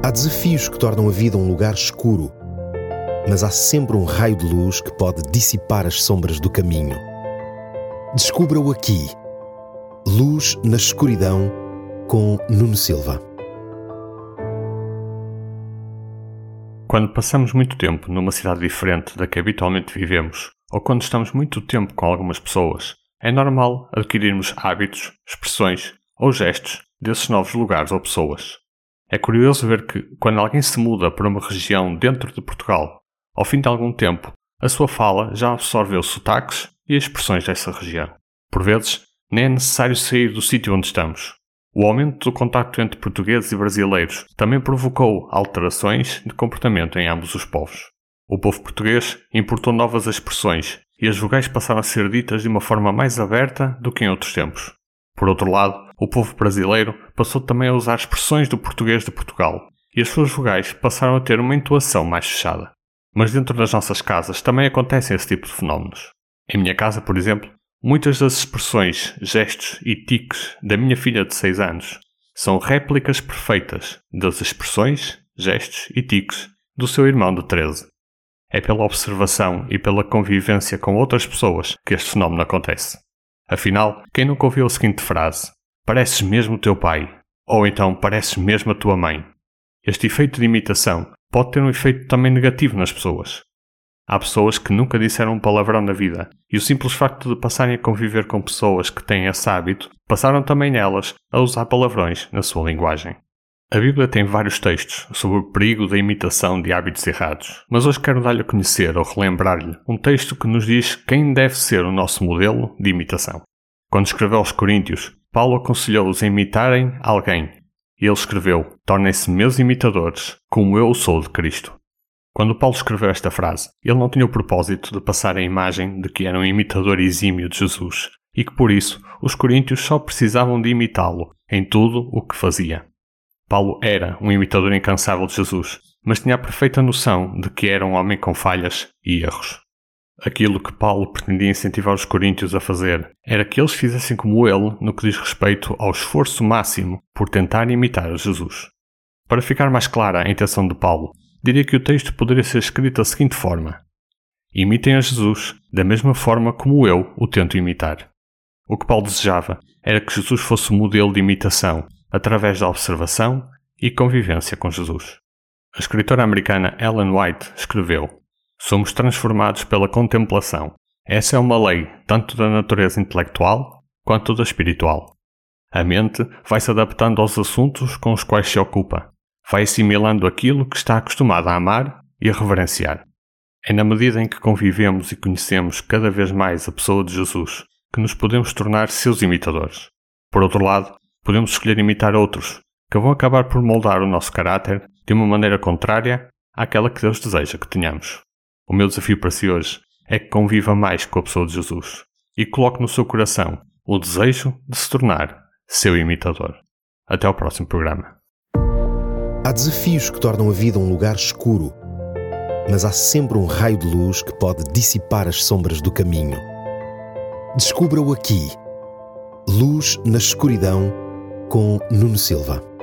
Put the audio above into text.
Há desafios que tornam a vida um lugar escuro, mas há sempre um raio de luz que pode dissipar as sombras do caminho. Descubra-o aqui. Luz na Escuridão, com Nuno Silva. Quando passamos muito tempo numa cidade diferente da que habitualmente vivemos, ou quando estamos muito tempo com algumas pessoas, é normal adquirirmos hábitos, expressões ou gestos desses novos lugares ou pessoas. É curioso ver que, quando alguém se muda para uma região dentro de Portugal, ao fim de algum tempo, a sua fala já absorveu sotaques e expressões dessa região. Por vezes, nem é necessário sair do sítio onde estamos. O aumento do contacto entre portugueses e brasileiros também provocou alterações de comportamento em ambos os povos. O povo português importou novas expressões e as vogais passaram a ser ditas de uma forma mais aberta do que em outros tempos. Por outro lado, o povo brasileiro passou também a usar expressões do português de Portugal e as suas vogais passaram a ter uma entoação mais fechada. Mas dentro das nossas casas também acontecem esse tipo de fenómenos. Em minha casa, por exemplo, muitas das expressões, gestos e tiques da minha filha de 6 anos são réplicas perfeitas das expressões, gestos e tiques do seu irmão de 13. É pela observação e pela convivência com outras pessoas que este fenómeno acontece. Afinal, quem nunca ouviu a seguinte frase: "Pareces mesmo o teu pai", ou então "Pareces mesmo a tua mãe"? Este efeito de imitação pode ter um efeito também negativo nas pessoas. Há pessoas que nunca disseram um palavrão na vida, e o simples facto de passarem a conviver com pessoas que têm esse hábito, passaram também elas a usar palavrões na sua linguagem. A Bíblia tem vários textos sobre o perigo da imitação de hábitos errados, mas hoje quero dar-lhe a conhecer ou relembrar-lhe um texto que nos diz quem deve ser o nosso modelo de imitação. Quando escreveu aos Coríntios, Paulo aconselhou-os a imitarem alguém, e ele escreveu: "Tornem-se meus imitadores, como eu sou de Cristo." Quando Paulo escreveu esta frase, ele não tinha o propósito de passar a imagem de que era um imitador exímio de Jesus, e que por isso os coríntios só precisavam de imitá-lo em tudo o que fazia. Paulo era um imitador incansável de Jesus, mas tinha a perfeita noção de que era um homem com falhas e erros. Aquilo que Paulo pretendia incentivar os coríntios a fazer era que eles fizessem como ele no que diz respeito ao esforço máximo por tentar imitar a Jesus. Para ficar mais clara a intenção de Paulo, diria que o texto poderia ser escrito da seguinte forma: "Imitem a Jesus da mesma forma como eu o tento imitar." O que Paulo desejava era que Jesus fosse o modelo de imitação através da observação e convivência com Jesus. A escritora americana Ellen White escreveu: "Somos transformados pela contemplação. Essa é uma lei tanto da natureza intelectual quanto da espiritual. A mente vai se adaptando aos assuntos com os quais se ocupa. Vai assimilando aquilo que está acostumada a amar e a reverenciar. É na medida em que convivemos e conhecemos cada vez mais a pessoa de Jesus que nos podemos tornar seus imitadores. Por outro lado, podemos escolher imitar outros, que vão acabar por moldar o nosso caráter de uma maneira contrária àquela que Deus deseja que tenhamos. O meu desafio para si hoje é que conviva mais com a pessoa de Jesus e coloque no seu coração o desejo de se tornar seu imitador. Até ao próximo programa. Há desafios que tornam a vida um lugar escuro, mas há sempre um raio de luz que pode dissipar as sombras do caminho. Descubra-o aqui. Luz na Escuridão, com Nuno Silva.